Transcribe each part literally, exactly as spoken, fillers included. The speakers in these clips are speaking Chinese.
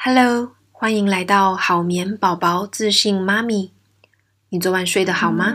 Hello，欢迎来到好眠宝宝自信妈咪。你昨晚睡得好吗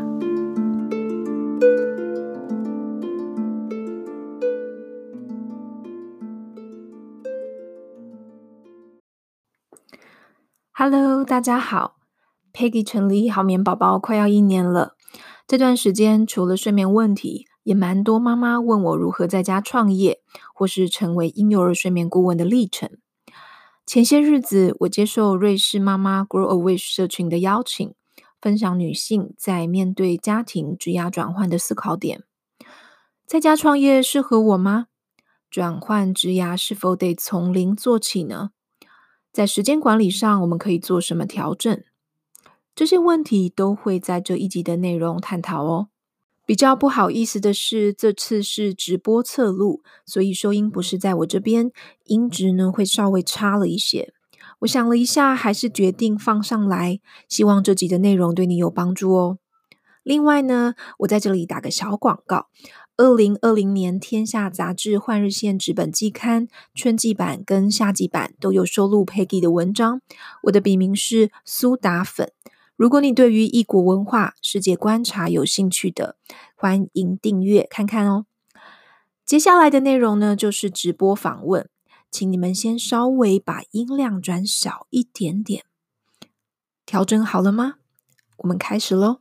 ？Hello，大家好 ，Peggy 成立好眠宝宝快要一年了。这段时间除了睡眠问题，也蛮多妈妈问我如何在家创业，或是成为婴幼儿睡眠顾问的历程。前些日子，我接受瑞士妈妈 Grow a Wish 社群的邀请，分享女性在面对家庭职涯转换的思考点。在家创业适合我吗？转换职涯是否得从零做起呢？在时间管理上，我们可以做什么调整？这些问题都会在这一集的内容探讨哦。比较不好意思的是，这次是直播侧录，所以收音不是在我这边，音质呢会稍微差了一些。我想了一下，还是决定放上来，希望这集的内容对你有帮助哦。另外呢，我在这里打个小广告，二零二零年天下杂志换日线纸本季刊春季版跟夏季版都有收录 Peggy 的文章，我的笔名是苏打粉。如果你对于异国文化、世界观察有兴趣的，欢迎订阅看看哦。接下来的内容呢，就是直播访问，请你们先稍微把音量转小一点点。调整好了吗？我们开始咯。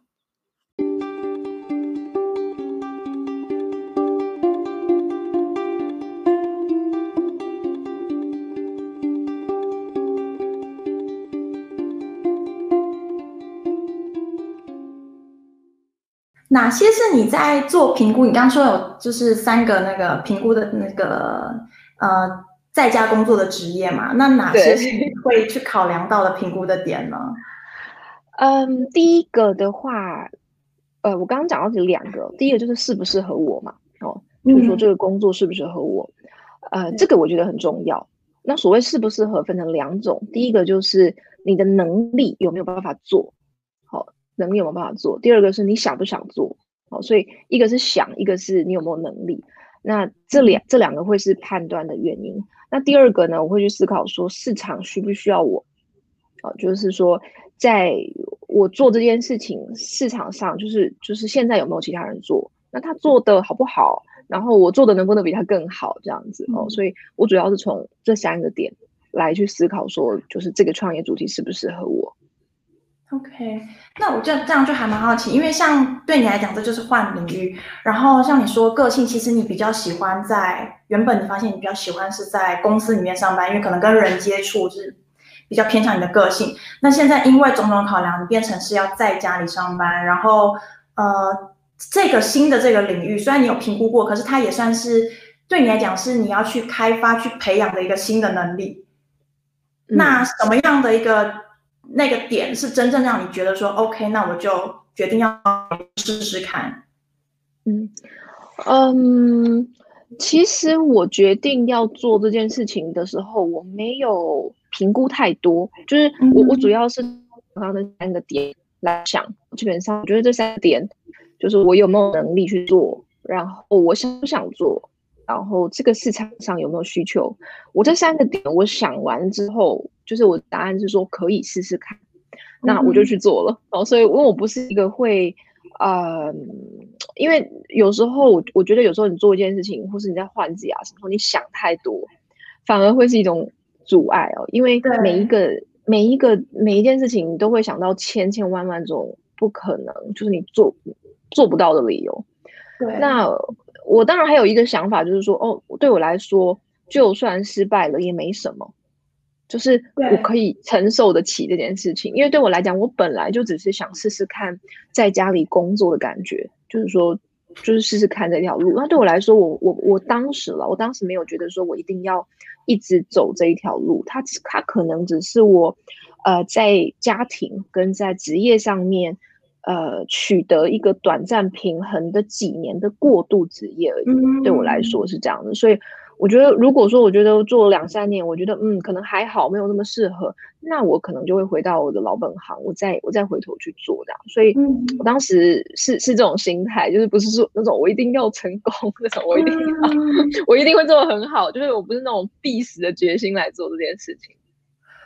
哪些是你在做评估？你刚刚说有就是三个那个评估的那个呃在家工作的职业嘛？那哪些是你会去考量到的评估的点呢？ 嗯，第一个的话，呃，我刚刚讲到是两个，第一个就是适不适合我嘛，哦，就是说这个工作适不适合我，呃，这个我觉得很重要。那所谓适不适合分成两种，第一个就是你的能力有没有办法做，好，能力有没有办法做。第二个是你想不想做，好，所以一个是想，一个是你有没有能力。那这两这两个会是判断的原因。那第二个呢，我会去思考说市场需不需要我，好，就是说在我做这件事情市场上，就是就是现在有没有其他人做，那他做的好不好，然后我做的能不能比他更好，这样子哦。所以我主要是从这三个点来去思考说，就是这个创业主题适不适合我。 OK， 那我就这样就还蛮好奇，因为像对你来讲，这就是换领域。然后像你说个性，其实你比较喜欢在原本你发现你比较喜欢是在公司里面上班，因为可能跟人接触是比较偏向你的个性。那现在因为种种考量，你变成是要在家里上班，然后呃，这个新的这个领域，虽然你有评估过，可是它也算是对你来讲是你要去开发、去培养的一个新的能力。嗯、那什么样的一个？那个点是真正让你觉得说 OK， 那我就决定要试试看。 嗯嗯，其实我决定要做这件事情的时候，我没有评估太多，就是我我主要是刚刚的三个点来想，基本上我觉得这三个点就是我有没有能力去做，然后我想不想做，然后这个市场上有没有需求，我这三个点我想完之后，就是我答案是说可以试试看，那我就去做了。哦，所以因为我不是一个会，呃，因为有时候我我觉得有时候你做一件事情，或是你在换职啊什么，你想太多，反而会是一种阻碍哦。因为每一个每一个每一件事情，你都会想到千千万万种不可能，就是你做做不到的理由。 对， 那我当然还有一个想法，就是说，哦，对我来说，就算失败了也没什么，就是我可以承受得起这件事情。因为对我来讲，我本来就只是想试试看在家里工作的感觉，就是说，就是试试看这条路。那对我来说，我我我当时了，我当时没有觉得说我一定要一直走这一条路，它它可能只是我，呃，在家庭跟在职业上面。呃，取得一个短暂平衡的几年的过渡职业而已，嗯、对我来说是这样的。所以我觉得，如果说我觉得做两三年，我觉得嗯，可能还好，没有那么适合，那我可能就会回到我的老本行，我再我再回头去做这样。所以我当时是是这种心态，就是不是说那种我一定要成功那种，我一定要、嗯、我一定会做得很好，就是我不是那种必死的决心来做这件事情。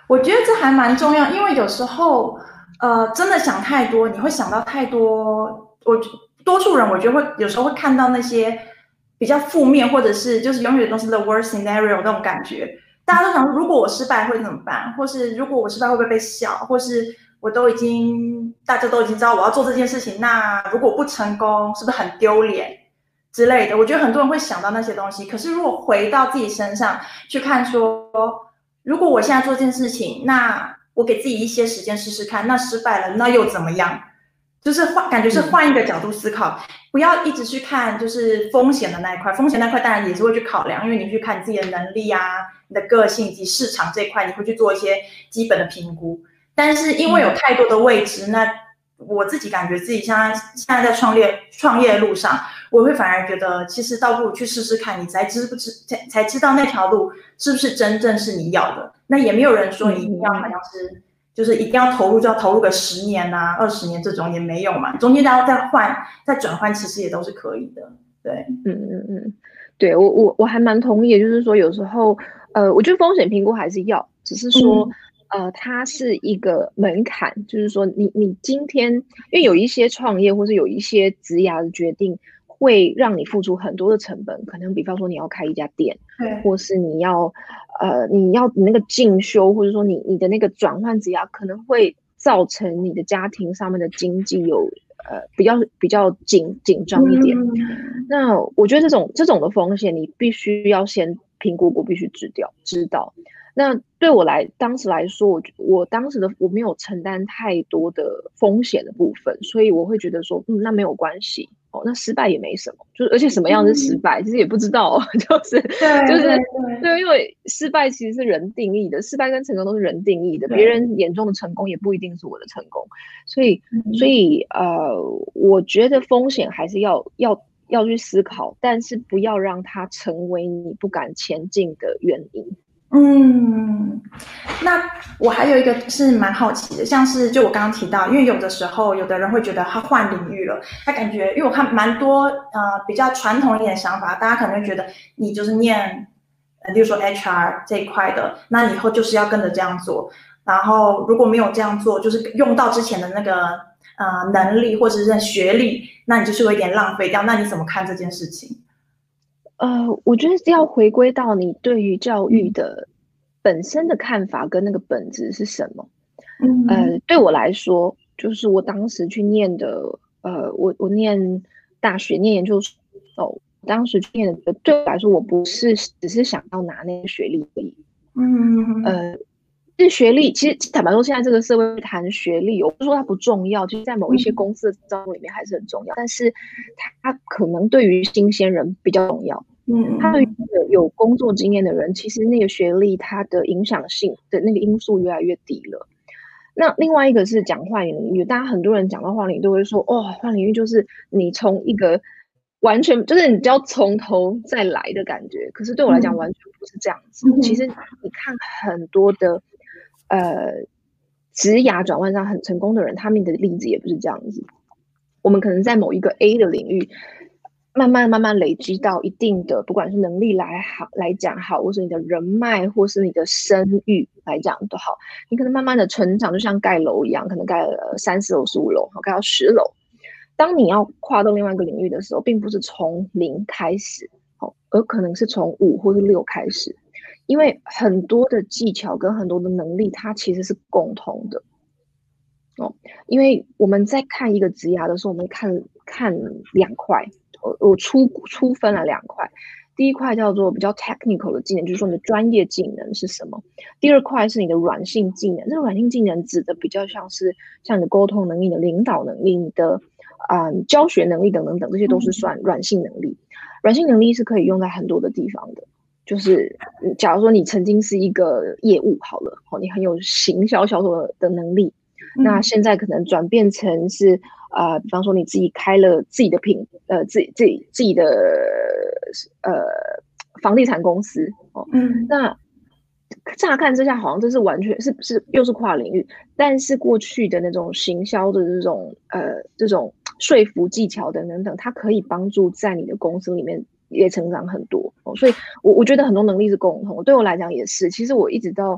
我觉得这还蛮重要，因为有时候呃真的想太多，你会想到太多。我多数人我觉得会有时候会看到那些比较负面，或者是就是永远都是 the worst scenario 那种感觉。大家都想说，如果我失败会怎么办？或是如果我失败会不会被笑？或是我都已经大家都已经知道我要做这件事情，那如果不成功，是不是很丢脸之类的？我觉得很多人会想到那些东西。可是如果回到自己身上去看说，如果我现在做这件事情，那我给自己一些时间试试看，那失败了，那又怎么样？就是换，感觉是换一个角度思考，不要一直去看就是风险的那一块。风险那块当然也是会去考量，因为你去看你自己的能力啊、你的个性以及市场这一块，你会去做一些基本的评估。但是因为有太多的未知，那我自己感觉自己现在现在在创业创业的路上，我会反而觉得，其实倒不如去试试看，你才知不知才才知道那条路是不是真正是你要的。那也没有人说你一定要好像是。就是一定要投入就要投入个十年啊、二十年这种也没有嘛，中间大家再换、再转换，其实也都是可以的。对， 嗯嗯嗯，对我我我还蛮同意的，就是说有时候，呃，我觉得风险评估还是要，只是说，嗯、呃，它是一个门槛，就是说你你今天，因为有一些创业或是有一些职涯的决定，会让你付出很多的成本，可能比方说你要开一家店，或是你要。呃，你要你那个进修，或者说你你的那个转换职涯，可能会造成你的家庭上面的经济有呃比较比较紧紧张一点。嗯、那我觉得这种这种的风险，你必须要先评估过，必须知掉知道。那对我来当时来说，我我当时的我没有承担太多的风险的部分，所以我会觉得说，嗯，那没有关系。哦，那失败也没什么，就是而且什么样是失败，嗯、其实也不知道、哦，就是就是对，因为失败其实是人定义的，失败跟成功都是人定义的，别人眼中的成功也不一定是我的成功，所以、嗯、所以呃，我觉得风险还是要要要去思考，但是不要让它成为你不敢前进的原因。 嗯，那我还有一个是蛮好奇的，像是就我刚刚提到，因为有的时候有的人会觉得他换领域了，他感觉因为我看蛮多呃比较传统一点的想法，大家可能会觉得你就是念呃，例如说 H R 这一块的，那以后就是要跟着这样做，然后如果没有这样做，就是用到之前的那个呃能力或者是学历，那你就是有一点浪费掉。那你怎么看这件事情？ 呃，我觉得要回归到你对于教育的本身的看法跟那个本质是什么。嗯、呃，对我来说，就是我当时去念的，呃，我我念大学念研究所，哦，当时去念的，对我来说，我不是只是想要拿那个学历而已。嗯，呃，这学历其实坦白说，现在这个社会谈学历，我不是说它不重要，其实在某一些公司的招募里面还是很重要，但是它可能对于新鲜人比较重要。嗯，他对于有工作经验的人，其实那个学历它的影响性的那个因素越来越低了。那另外一个是讲换领域，大家很多人讲到换领域都会说，哦，换领域就是你从一个完全就是你就要从头再来的感觉。可是对我来讲，完全不是这样子。嗯、其实你看很多的呃职涯转换上很成功的人，他们的例子也不是这样子。我们可能在某一个 A 的领域。慢慢慢慢累积到一定的，不管是能力来好来讲好，或是你的人脉，或是你的声誉来讲都好，你可能慢慢的成长，就像盖楼一样，可能盖了三四楼、十五楼，盖到十楼。当你要跨到另外一个领域的时候，并不是从零开始，而可能是从五或是六开始，因为很多的技巧跟很多的能力，它其实是共同的。哦，因为我们在看一个职涯的时候，我们看看两块。我我粗粗分了两块，第一块叫做比较 technical 的技能，就是说你的专业技能是什么；第二块是你的软性技能。这个软性技能指的比较像是像你的沟通能力、你的领导能力、你的啊、呃、教学能力等等等，这些都是算软性能力。软性能力是可以用在很多的地方的，就是假如说你曾经是一个业务好了，你很有行销销售的能力。那现在可能转变成是呃，比方说你自己开了自己的品呃，自己自己自己的呃房地产公司哦，嗯，那乍看之下好像这是完全是是又是跨领域，但是过去的那种行销的这种呃这种说服技巧等等等，它可以帮助在你的公司里面也成长很多哦，所以我我觉得很多能力是共同，对我来讲也是。其实我一直到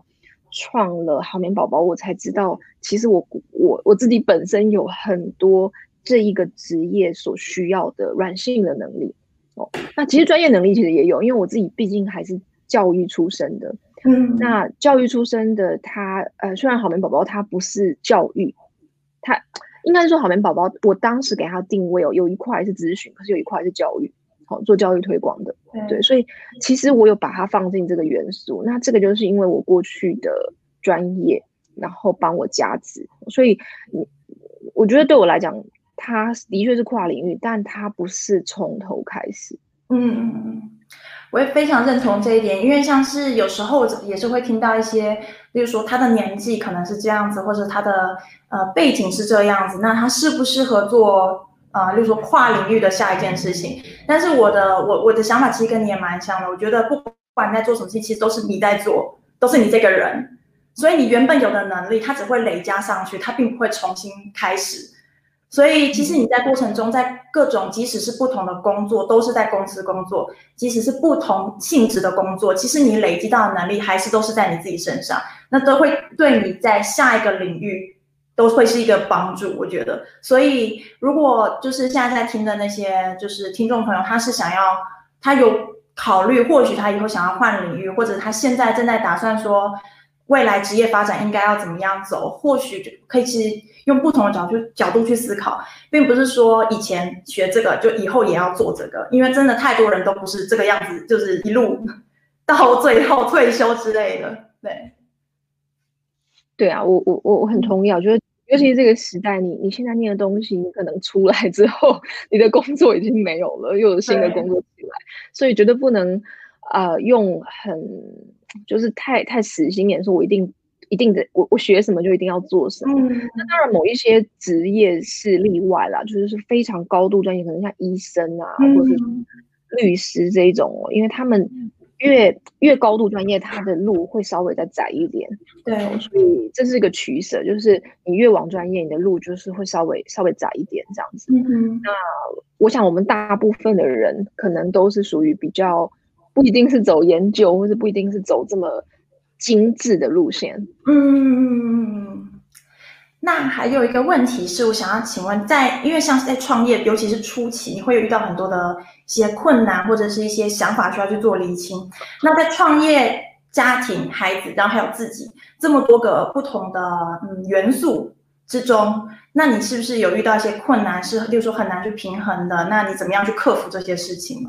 创了好眠宝宝，我才知道，其实我我我自己本身有很多这一个职业所需要的软性的能力哦。那其实专业能力其实也有，因为我自己毕竟还是教育出身的。 嗯， 那教育出身的他，呃，虽然好眠宝宝他不是教育，他应该是说好眠宝宝，我当时给他定位哦，有一块是咨询，可是有一块是教育。做教育推广的，对，所以其实我有把它放进这个元素。那这个就是因为我过去的专业，然后帮我加值，所以我觉得对我来讲，它的确是跨领域，但它不是从头开始。 嗯嗯嗯，我也非常认同这一点，因为像是有时候也是会听到一些，例如说他的年纪可能是这样子，或者他的呃背景是这样子，那他适不适合做？呃，例如说跨领域的下一件事情，但是我的我我的想法其实跟你也蛮像的。我觉得不管你在做什么事情，其实都是你在做，都是你这个人，所以你原本有的能力，它只会累加上去，它并不会重新开始。所以其实你在过程中，在各种即使是不同的工作，都是在公司工作，即使是不同性质的工作，其实你累积到的能力还是都是在你自己身上，那都会对你在下一个领域都会是一个帮助，我觉得。所以如果就是现在在听的那些就是听众朋友，他是想要他有考虑，或许他以后想要换领域，或者他现在正在打算说未来职业发展应该要怎么样走，或许就可以其实用不同的角度角度去思考，并不是说以前学这个就以后也要做这个，因为真的太多人都不是这个样子，就是一路到最后退休之类的。对， 对啊，我我我我很同意啊，我觉得。尤其是这个时代，你你现在念的东西，你可能出来之后，你的工作已经没有了，又有新的工作起来，所以绝对不能呃用很就是太太死心眼说，我一定一定的我我学什么就一定要做什么。 嗯， 那当然，某一些职业是例外啦，就是是非常高度专业，可能像医生啊， 嗯、 或者是律师这一种哦，因为他们。越越高度专业，它的路会稍微再窄一点， 对， 所以这是一个取舍，就是你越往专业，你的路就是会稍微稍微窄一点这样子。 嗯哼， 那我想我们大部分的人可能都是属于比较不一定是走研究，或是不一定是走这么精致的路线。 嗯，那还有一个问题是我想要请问，在因为像是在创业，尤其是初期，你会有遇到很多的一些困难，或者是一些想法需要去做厘清。那在创业、家庭、孩子，然后还有自己这么多个不同的嗯元素之中，那你是不是有遇到一些困难，是例如说很难去平衡的？那你怎么样去克服这些事情呢？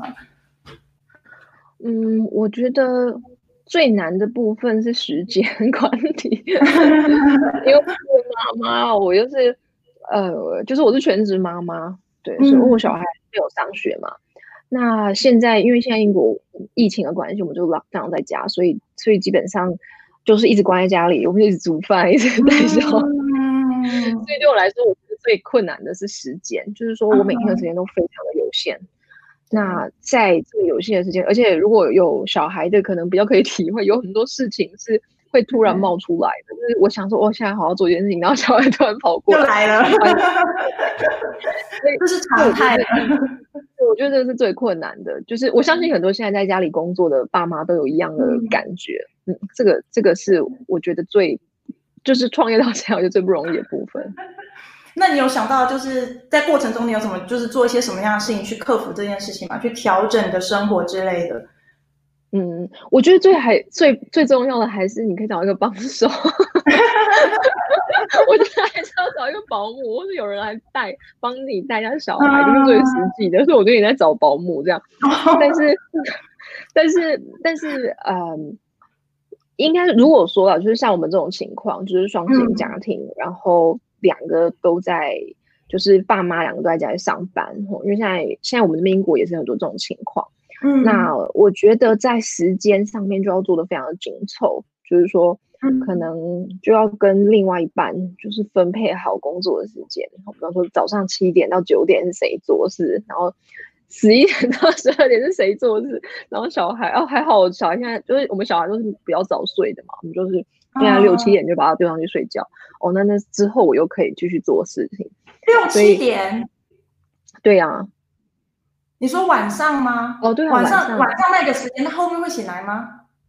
嗯，我觉得最难的部分是时间管理，因为我妈妈，我又是呃，就是我是全职妈妈，对，所以我小孩没有上学嘛。那现在因为现在英国疫情的关系，我们就 lock down 在家，所以所以基本上就是一直关在家里，我们一直煮饭，一直带小孩。所以对我来说，我觉得最困难的是时间，就是说我每天的时间都非常的有限。那在这个有限的时间，而且如果有小孩的，可能比较可以体会，有很多事情是会突然冒出来的。就是我想说，我、哦、现在好好做一件事情，然后小孩突然跑过来了，这是常态。 我觉得这是最困难的，就是我相信很多现在在家里工作的爸妈都有一样的感觉。嗯，嗯这个这个是我觉得最就是创业到现在我觉得最不容易的部分。 那你有想到就是在过程中你有什么就是做一些什么样的事情去克服这件事情吗？去调整你的生活之类的？ 嗯，我觉得最还最最重要的还是你可以找一个帮手。我觉得还是要找一个保姆，或是有人来带帮你带家小孩，这是最实际的。所以我觉得你在找保姆这样，但是但是但是嗯。应该如果说了，就是像我们这种情况，就是双薪家庭，嗯、然后两个都在，就是爸妈两个都在家里上班，因为现在现在我们这边英国也是很多这种情况。嗯，那我觉得在时间上面就要做得非常的紧凑，就是说，可能就要跟另外一半就是分配好工作的时间，比方说早上七点到九点是谁做事，然后。十一点到十二点是谁做事？然后小孩哦，还好，小孩现在就是我们小孩都是比较早睡的嘛，我们就是现在六七点就把他丢上去睡觉。哦，那那之后我又可以继续做事情。 六七点？ 对呀、啊。 你说晚上吗？ 哦，对啊， 晚上晚上晚上那个时间，他后面会醒来吗？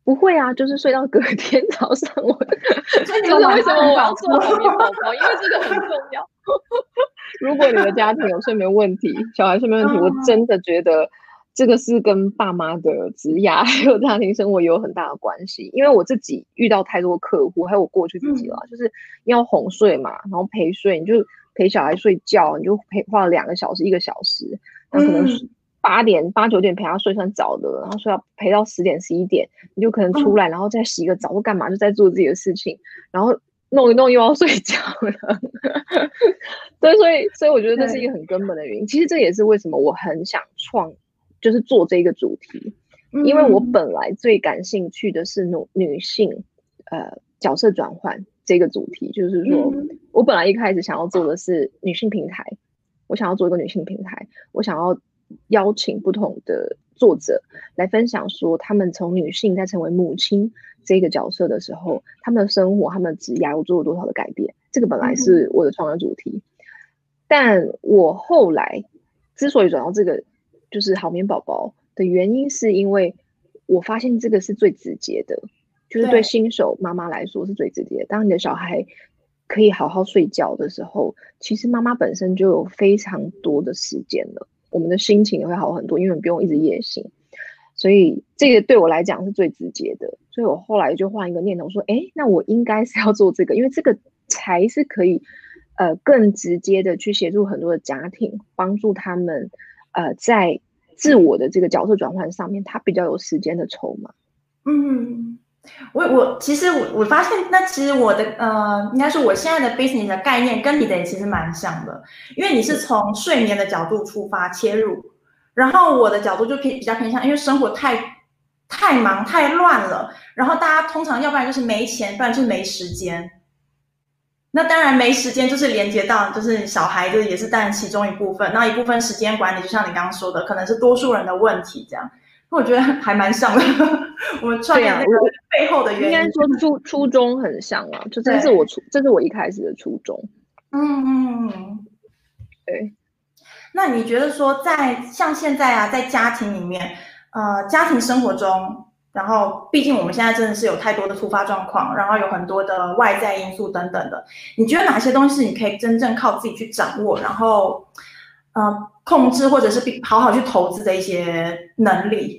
不会啊，就是睡到隔天早上我，就是为什么我要做好眠宝宝，因为这个很重要。如果你的家庭有睡眠问题，小孩睡眠问题，我真的觉得这个是跟爸妈的职涯还有家庭生活有很大的关系。因为我自己遇到太多客户，还有我过去自己啦，嗯、就是要哄睡嘛，然后陪睡，你就陪小孩睡觉，你就陪花了两个小时、一个小时，那可能八点、八九点陪他睡算早的，然后睡到陪到十点、十一点，你就可能出来，然后再洗个澡或干嘛，就在做自己的事情，然后弄一弄又要睡觉了。对，所以所以我觉得这是一个很根本的原因。其实这也是为什么我很想创，就是做这个主题，因为我本来最感兴趣的是女女性呃角色转换这个主题，就是说我本来一开始想要做的是女性平台，我想要做一个女性平台，我想要邀请不同的作者来分享说他们从女性在成为母亲这个角色的时候，他们的生活他们的职业有做了多少的改变，这个本来是我的创作主题。但我后来之所以转到这个就是好眠宝宝的原因，是因为我发现这个是最直接的，就是对新手妈妈来说是最直接的。当你的小孩可以好好睡觉的时候，其实妈妈本身就有非常多的时间了，我们的心情也会好很多，因为我们不用一直夜醒。所以这个对我来讲是最直接的，所以我后来就换一个念头说，哎，那我应该是要做这个，因为这个才是可以呃更直接的去协助很多的家庭，帮助他们呃在自我的这个角色转换上面，他比较有时间的筹码。 嗯，我我其实我我发现，那其实我的呃，应该是我现在的 business 的概念跟你的也其实蛮像的，因为你是从睡眠的角度出发切入，然后我的角度就偏比较偏向，因为生活太太忙太乱了，然后大家通常要不然就是没钱，不然就是没时间。那当然没时间就是连接到就是小孩子也是当然其中一部分，那一部分时间管理就像你刚刚说的，可能是多数人的问题这样。我觉得还蛮像的，我们创业那个背后的原因， 应该说初初衷很像啊，就这是我初，这是我一开始的初衷。 嗯嗯， 对。 那你觉得说在像现在啊，在家庭里面，呃，家庭生活中，然后毕竟我们现在真的是有太多的突发状况，然后有很多的外在因素等等的，你觉得哪些东西是你可以真正靠自己去掌握，然后呃控制或者是好好去投资的一些能力？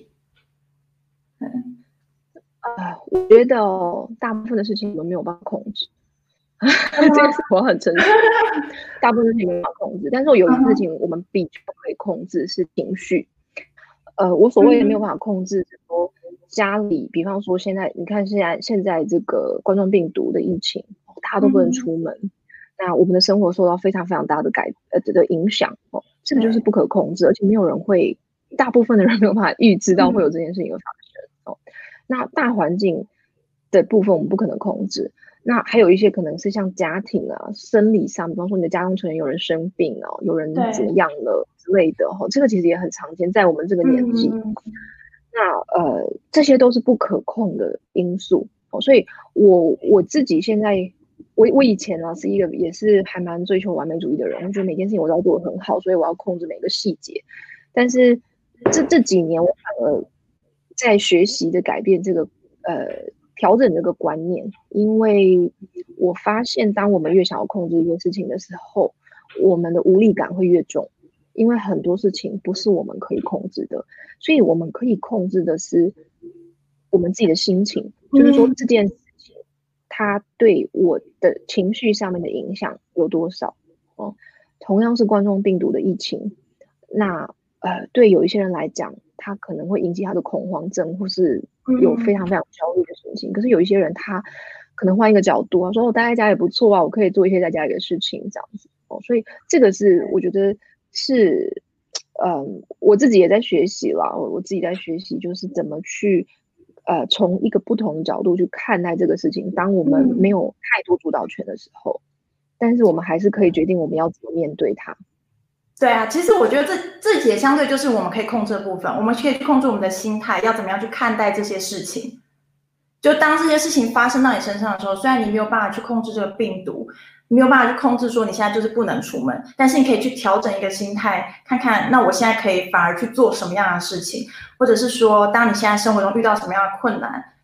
啊，我觉得哦，大部分的事情我们没有办法控制，这个是我很诚实。大部分事情没有办法控制，但是我有一件事情我们比较可以控制是情绪。呃，我所谓的没有办法控制，是说家里，比方说现在你看现在现在这个冠状病毒的疫情，大家都不能出门，嗯、那我们的生活受到非常非常大的改呃的影响哦，这个就是不可控制，而且没有人会，大部分的人没有办法预知到会有这件事情的发生、嗯、哦。那大环境的部分我们不可能控制，那还有一些可能是像家庭啊、生理上，比方说你的家中成员有人生病啊，有人怎么样了之类的哈，这个其实也很常见，在我们这个年纪。嗯、那呃，这些都是不可控的因素哦，所以我我自己现在，我我以前呢是一个也是还蛮追求完美主义的人，我觉得每件事情我都要做得很好，所以我要控制每个细节。但是这这几年我反而在学习的改变这个呃调整这个观念，因为我发现当我们越想要控制一件事情的时候，我们的无力感会越重，因为很多事情不是我们可以控制的，所以我们可以控制的是我们自己的心情，嗯、就是说这件事情它对我的情绪上面的影响有多少哦。同样是冠状病毒的疫情，那呃对有一些人来讲，他可能会引起他的恐慌症，或是有非常非常焦虑的心情。嗯、可是有一些人，他可能换一个角度，他说：“我待在家也不错啊，我可以做一些在家里的事情，这样子。”哦，所以这个是我觉得是，嗯，我自己也在学习啦，我我自己在学习，就是怎么去，呃，从一个不同的角度去看待这个事情。当我们没有太多主导权的时候，嗯、但是我们还是可以决定我们要怎么面对它。 对啊，其实我觉得这这也相对就是我们可以控制的部分，我们可以去控制我们的心态，要怎么样去看待这些事情。就当这些事情发生到你身上的时候，虽然你没有办法去控制这个病毒，你没有办法去控制说你现在就是不能出门，但是你可以去调整一个心态，看看那我现在可以反而去做什么样的事情，或者是说当你现在生活中遇到什么样的困难，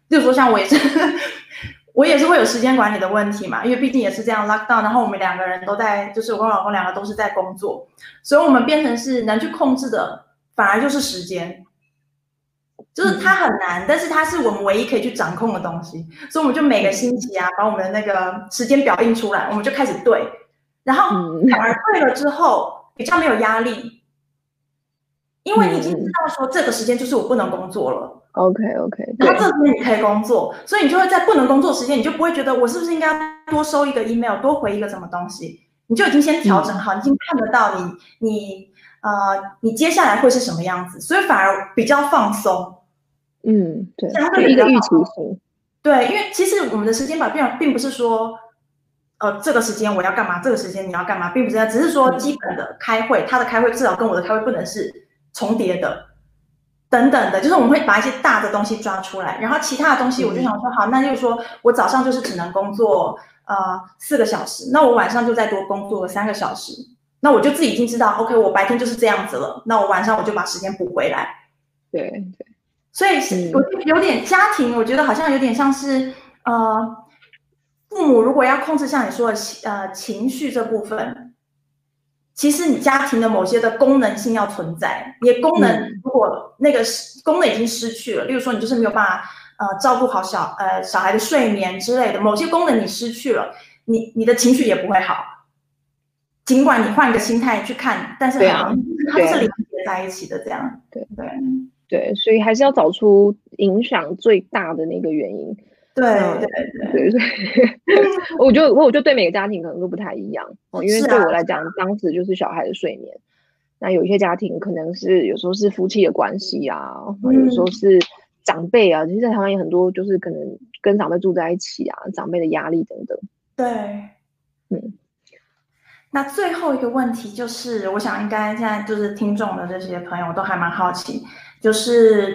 例如说像我也是我也是会有时间管理的问题嘛，因为毕竟也是这样 lock down， 然后我们两个人都在，就是我跟我老公两个都是在工作，所以我们变成是能去控制的反而就是时间，就是它很难，嗯、但是它是我们唯一可以去掌控的东西，所以我们就每个星期啊，把我们的那个时间表印出来，我们就开始对，然后反而对了之后比较没有压力，因为你已经知道说这个时间就是我不能工作了。 OK OK， 然后这时间你可以工作，所以你就会在不能工作时间，你就不会觉得我是不是应该多收一个 email， 多回一个什么东西，你就已经先调整好，嗯、你已经看得到你你呃你接下来会是什么样子，所以反而比较放松。 嗯，对，相对一个预期性。 对，因为其实我们的时间表并并不是说，呃，这个时间我要干嘛，这个时间你要干嘛，并不是这样，只是说基本的开会，他的开会至少跟我的开会不能是重叠的。等等的，就是我们会把一些大的东西抓出来，然后其他的东西我就想说，好，那就是说我早上就是只能工作呃四个小时，那我晚上就再多工作三个小时，那我就自己已经知道 ，OK， 我白天就是这样子了，那我晚上我就把时间补回来。 对对， 所以我有点家庭，我觉得好像有点像是呃，父母如果要控制像你说的呃情绪这部分。其实你家庭的某些的功能性要存在，你的功能如果那个功能已经失去了，例如说你就是没有办法呃照顾好小呃小孩的睡眠之类的，某些功能你失去了，你你的情绪也不会好。尽管你换一个心态去看，但是很容易它是连接在一起的，这样。 对对对，所以还是要找出影响最大的那个原因。 对对对对对，我觉得我觉得对每个家庭可能都不太一样哦，因为对我来讲，啊、当时就是小孩的睡眠。那有一些家庭可能是有时候是夫妻的关系啊，嗯、有时候是长辈啊，其实在台湾也很多，就是可能跟长辈住在一起啊，长辈的压力等等。 对， 嗯。 那最后一个问题就是，我想应该现在就是听众的这些朋友都还蛮好奇，就是。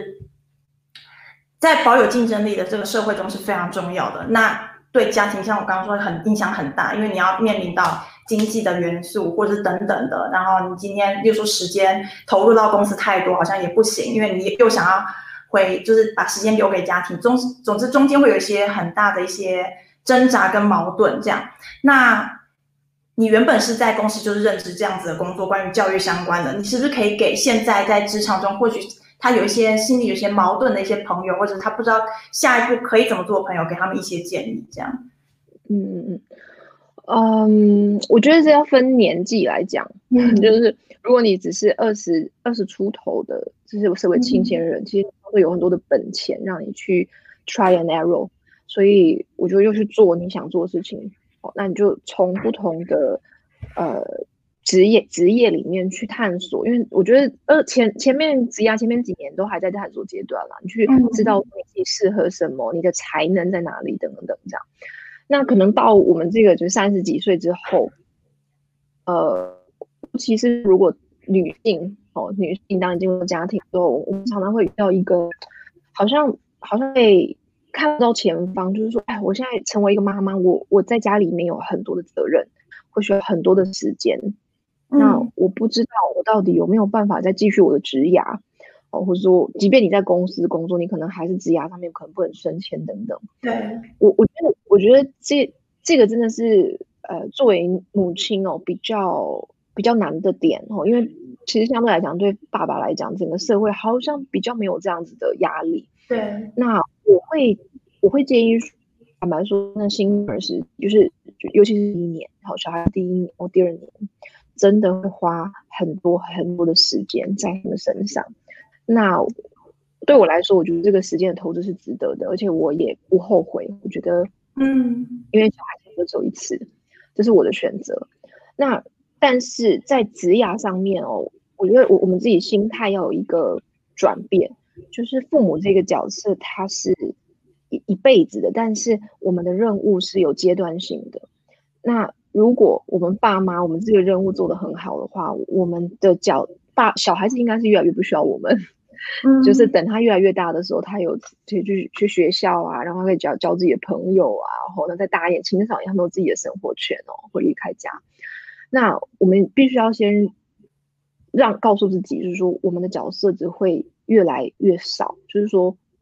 在保有竞争力的这个社会中是非常重要的。那对家庭，像我刚刚说，很影响很大，因为你要面临到经济的元素，或者是等等的。然后你今天，例如说时间投入到公司太多，好像也不行，因为你又想要回，就是把时间留给家庭。总总之，中间会有一些很大的一些挣扎跟矛盾。这样，那你原本是在公司就是任职这样子的工作，关于教育相关的，你是不是可以给现在在职场中或许他有一些心里有些矛盾的一些朋友，或者他不知道下一步可以怎么做的朋友，给他们一些建议，这样。 嗯嗯嗯，我觉得是要分年纪来讲，嗯、就是如果你只是二十二十出头的，就是社会新鲜人，嗯、其实会有很多的本钱让你去 try and error， 所以我觉得又去做你想做的事情，哦，那你就从不同的呃。职业职业里面去探索，因为我觉得呃前前面职涯前面几年都还在探索阶段啦，你去知道你自己适合什么，你的才能在哪里等等等这样。那可能到我们这个就三十几岁之后，呃，其实如果女性哦，女性当你进入家庭之后，我们常常会遇到一个好像好像被看不到前方，就是说，哎，我现在成为一个妈妈，我我在家里面有很多的责任，会需要很多的时间。那我不知道我到底有没有办法再继续我的职涯，哦，或者说，即便你在公司工作，你可能还是职涯上面可能不能升迁等等。 对， 我我觉得，我觉得这这个真的是呃，作为母亲哦，比较比较难的点哦，因为其实相对来讲，对爸爸来讲，整个社会好像比较没有这样子的压力。 对， 那我会我会建议，坦白说，那新儿时就是尤其是第一年，好，小孩第一年或第二年。真的会花很多很多的时间在他们身上，那对我来说，我觉得这个时间的投资是值得的，而且我也不后悔。我觉得， 嗯， 因为小孩子只有一次，这是我的选择。那但是在职涯上面哦，我觉得我我们自己心态要有一个转变，就是父母这个角色他是一一辈子的，但是我们的任务是有阶段性的。那如果我们爸妈我们这个任务做得很好的话，我们的角大小孩子应该是越来越不需要我们，嗯、就是等他越来越大的时候，他有去去去学校啊，然后他可以交交自己的朋友啊，然后呢再大一点青少年他们有自己的生活圈哦，会离开家。那我们必须要先让告诉自己，就是说我们的角色只会越来越少，就是说我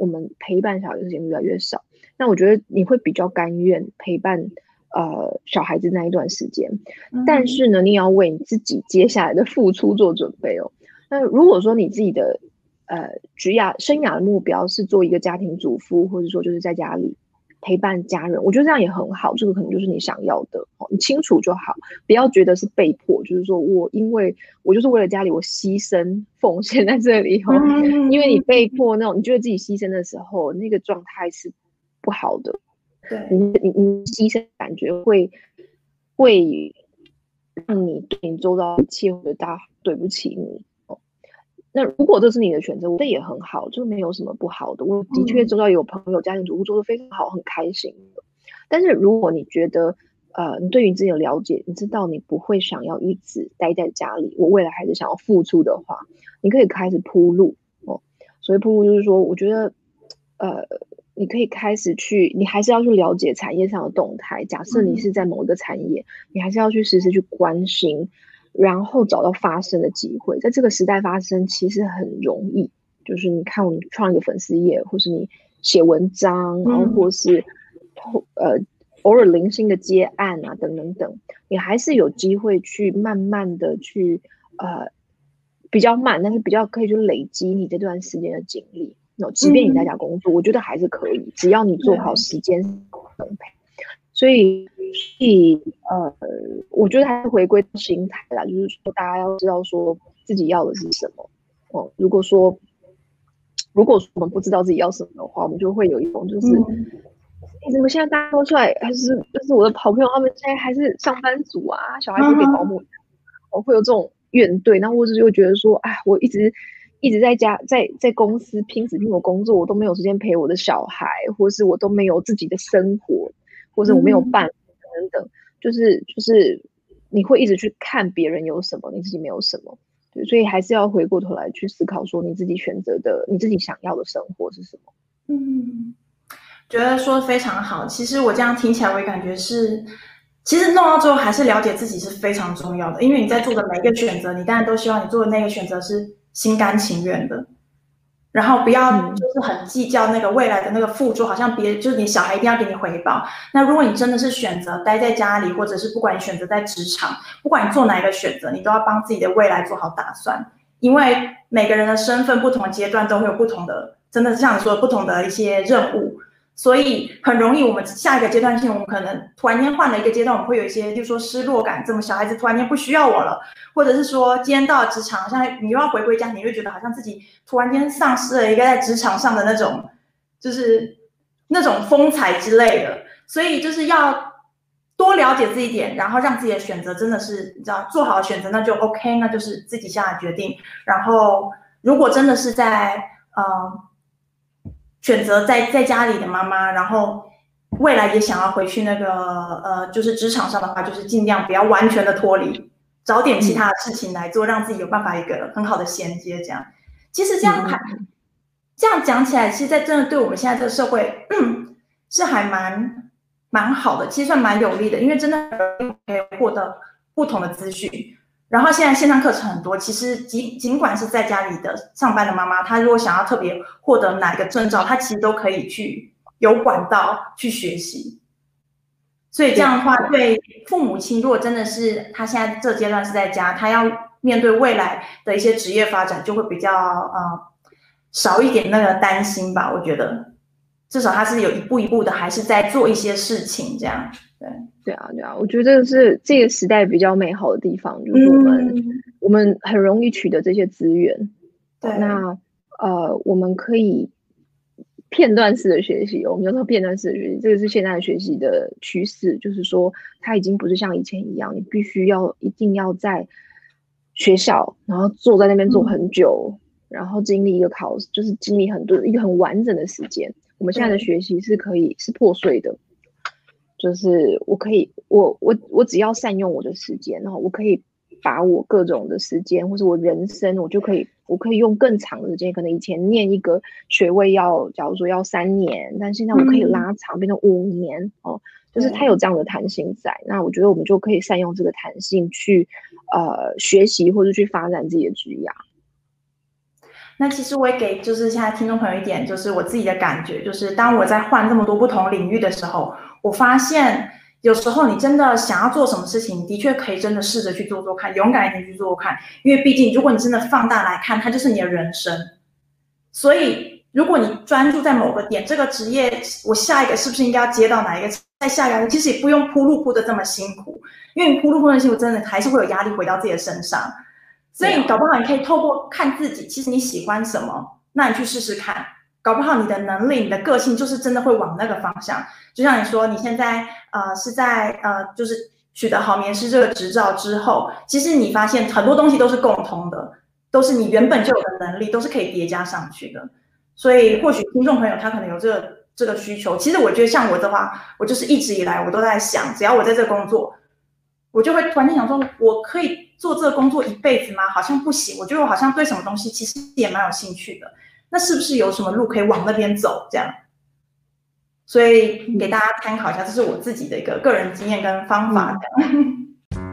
我们陪伴小孩的时间越来越少。那我觉得你会比较甘愿陪伴呃小孩子那一段时间， 嗯、 但是呢，你也要为你自己接下来的付出做准备哦。那如果说你自己的呃职涯生涯的目标是做一个家庭主妇，或者说就是在家里陪伴家人，我觉得这样也很好，这个可能就是你想要的，哦，你清楚就好，不要觉得是被迫，就是说我因为我就是为了家里我牺牲奉献在这里哦， 嗯、 因为你被迫那种，你觉得自己牺牲的时候，那个状态是不好的， 对， 你你你牺牲感觉会会让你对你周遭一切会大对不起你。那如果这是你的选择，这也很好，就没有什么不好的。我的确周遭有朋友家庭主妇做得非常好，很开心的。但是如果你觉得，呃，你对于自己的了解，你知道你不会想要一直待在家里，我未来还是想要付出的话，你可以开始铺路哦。所以铺路就是说，我觉得，呃，你可以开始去，你还是要去了解产业上的动态。假设你是在某一个产业，你还是要去时时去关心。然后找到发声的机会，在这个时代发声其实很容易，就是你看我们创一个粉丝页，或是你写文章，然后或是呃偶尔零星的接案啊等等等，你还是有机会去慢慢的去呃比较慢，但是比较可以去累积你这段时间的经历。那即便你在家工作，我觉得还是可以，只要你做好时间分配。所以，所以呃，我觉得还是回归心态啦，就是说大家要知道说自己要的是什么。哦，如果说如果说我们不知道自己要什么的话，我们就会有一种就是，你、嗯、怎么现在大家都出来，还是就是我的好朋友他们现在还是上班族啊，小孩子给保姆，我、嗯、会有这种怨怼，然后或者又觉得说，哎，我一直一直在家在在公司拼死拼活工作，我都没有时间陪我的小孩，或是我都没有自己的生活。或者我没有办法等等，就是就是你会一直去看别人有什么，你自己没有什么，对，所以还是要回过头来去思考，说你自己选择的，你自己想要的生活是什么。 嗯，觉得说得非常好。其实我这样听起来，我也感觉是，其实弄到最后还是了解自己是非常重要的，因为你在做的每一个选择，你当然都希望你做的那个选择是心甘情愿的。然后不要就是很计较那个未来的那个付出，好像别就是你小孩一定要给你回报。那如果你真的是选择待在家里，或者是不管你选择在职场，不管你做哪一个选择，你都要帮自己的未来做好打算。因为每个人的身份不同阶段都会有不同的，真的像你说的不同的一些任务，所以很容易我们下一个阶段性，我们可能突然间换了一个阶段，我们会有一些就是说失落感，怎么小孩子突然间不需要我了，或者是说今天到了职场，好像你又要回归家庭，你会觉得好像自己突然间丧失了一个在职场上的那种就是那种风采之类的，所以就是要多了解自己一点，然后让自己的选择真的是你知道做好的选择，那就 OK， 那就是自己下的决定。然后如果真的是在呃选择在在家里的妈妈，然后未来也想要回去那个呃就是职场上的话，就是尽量不要完全的脱离，找点其他的事情来做，让自己有办法一个很好的衔接。这样其实这样还、嗯、这样讲起来，其实在真的对我们现在这个社会、嗯、是还蛮蛮好的，其实算蛮有利的，因为真的可以获得不同的资讯。然后现在线上课程很多，其实尽尽管是在家里的上班的妈妈，她如果想要特别获得哪一个证照，她其实都可以去有管道去学习。所以这样的话，对父母亲，如果真的是他现在这阶段是在家，他要面对未来的一些职业发展，就会比较呃少一点那个担心吧。我觉得至少他是有一步一步的，还是在做一些事情这样。对对啊，对啊，我觉得这个是这个时代比较美好的地方，就是我们、嗯、我们很容易取得这些资源。 对， 那呃，我们可以片段式的学习，我们叫做片段式的学习，这个是现在学习的趋势，就是说它已经不是像以前一样，你必须要一定要在学校，然后坐在那边坐很久，嗯、然后经历一个考试，就是经历很多一个很完整的时间。我们现在的学习是可以是破碎的。就是我可以，我我我只要善用我的时间，然后我可以把我各种的时间，或是我人生，我就可以，我可以用更长的时间。可能以前念一个学位要，假如说要三年，但现在我可以拉长，变成五年哦。就是它有这样的弹性在，那我觉得我们就可以善用这个弹性去呃学习或者去发展自己的职业。 那其实我也给就是现在听众朋友一点就是我自己的感觉，就是当我在换这么多不同领域的时候，我发现有时候你真的想要做什么事情，你的确可以真的试着去做做看，勇敢一点去做做看，因为毕竟如果你真的放大来看，它就是你的人生。所以如果你专注在某个点，这个职业我下一个是不是应该要接到哪一个，再下一个其实也不用铺路铺的这么辛苦，因为你铺路铺的辛苦真的还是会有压力回到自己的身上。所以搞不好你可以透过看自己，其实你喜欢什么，那你去试试看，搞不好你的能力、你的个性就是真的会往那个方向。就像你说，你现在呃是在呃就是取得好眠师这个执照之后，其实你发现很多东西都是共通的，都是你原本就有的能力，都是可以叠加上去的。所以或许听众朋友他可能有这个这个需求。其实我觉得像我的话，我就是一直以来我都在想，只要我在这工作，我就会突然间想说，我可以做这个工作一辈子吗？好像不行。我觉得我好像对什么东西其实也蛮有兴趣的，那是不是有什么路可以往那边走？这样，所以给大家参考一下，这是我自己的一个个人经验跟方法。这样。嗯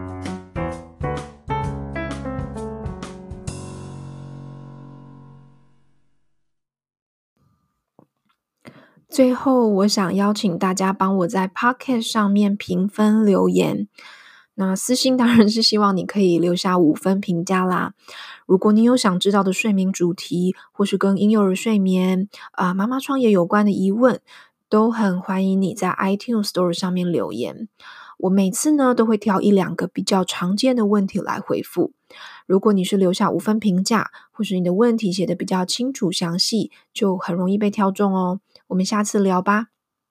最后，我想邀请大家帮我在 Podcast 上面评分留言。那私心当然是希望你可以留下五分评价啦。如果你有想知道的睡眠主题，或是跟婴幼儿睡眠、啊、妈妈创业有关的疑问，都很欢迎你在 iTunes Store 上面留言。我每次呢都会挑一两个比较常见的问题来回复。如果你是留下五分评价，或是你的问题写得比较清楚详细，就很容易被挑中哦。我们下次聊吧。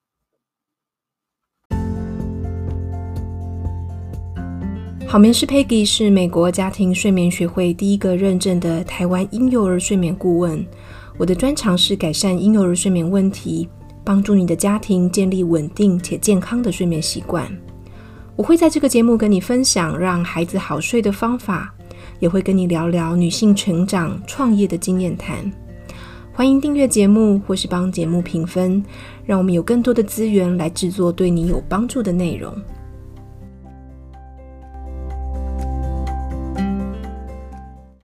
好眠师 Peggy 是美国家庭睡眠学会第一个认证的台湾婴幼儿睡眠顾问。我的专长是改善婴幼儿睡眠问题，帮助你的家庭建立稳定且健康的睡眠习惯。我会在这个节目跟你分享让孩子好睡的方法，也会跟你聊聊女性成长、创业的经验谈。欢迎订阅节目或是帮节目评分，让我们有更多的资源来制作对你有帮助的内容。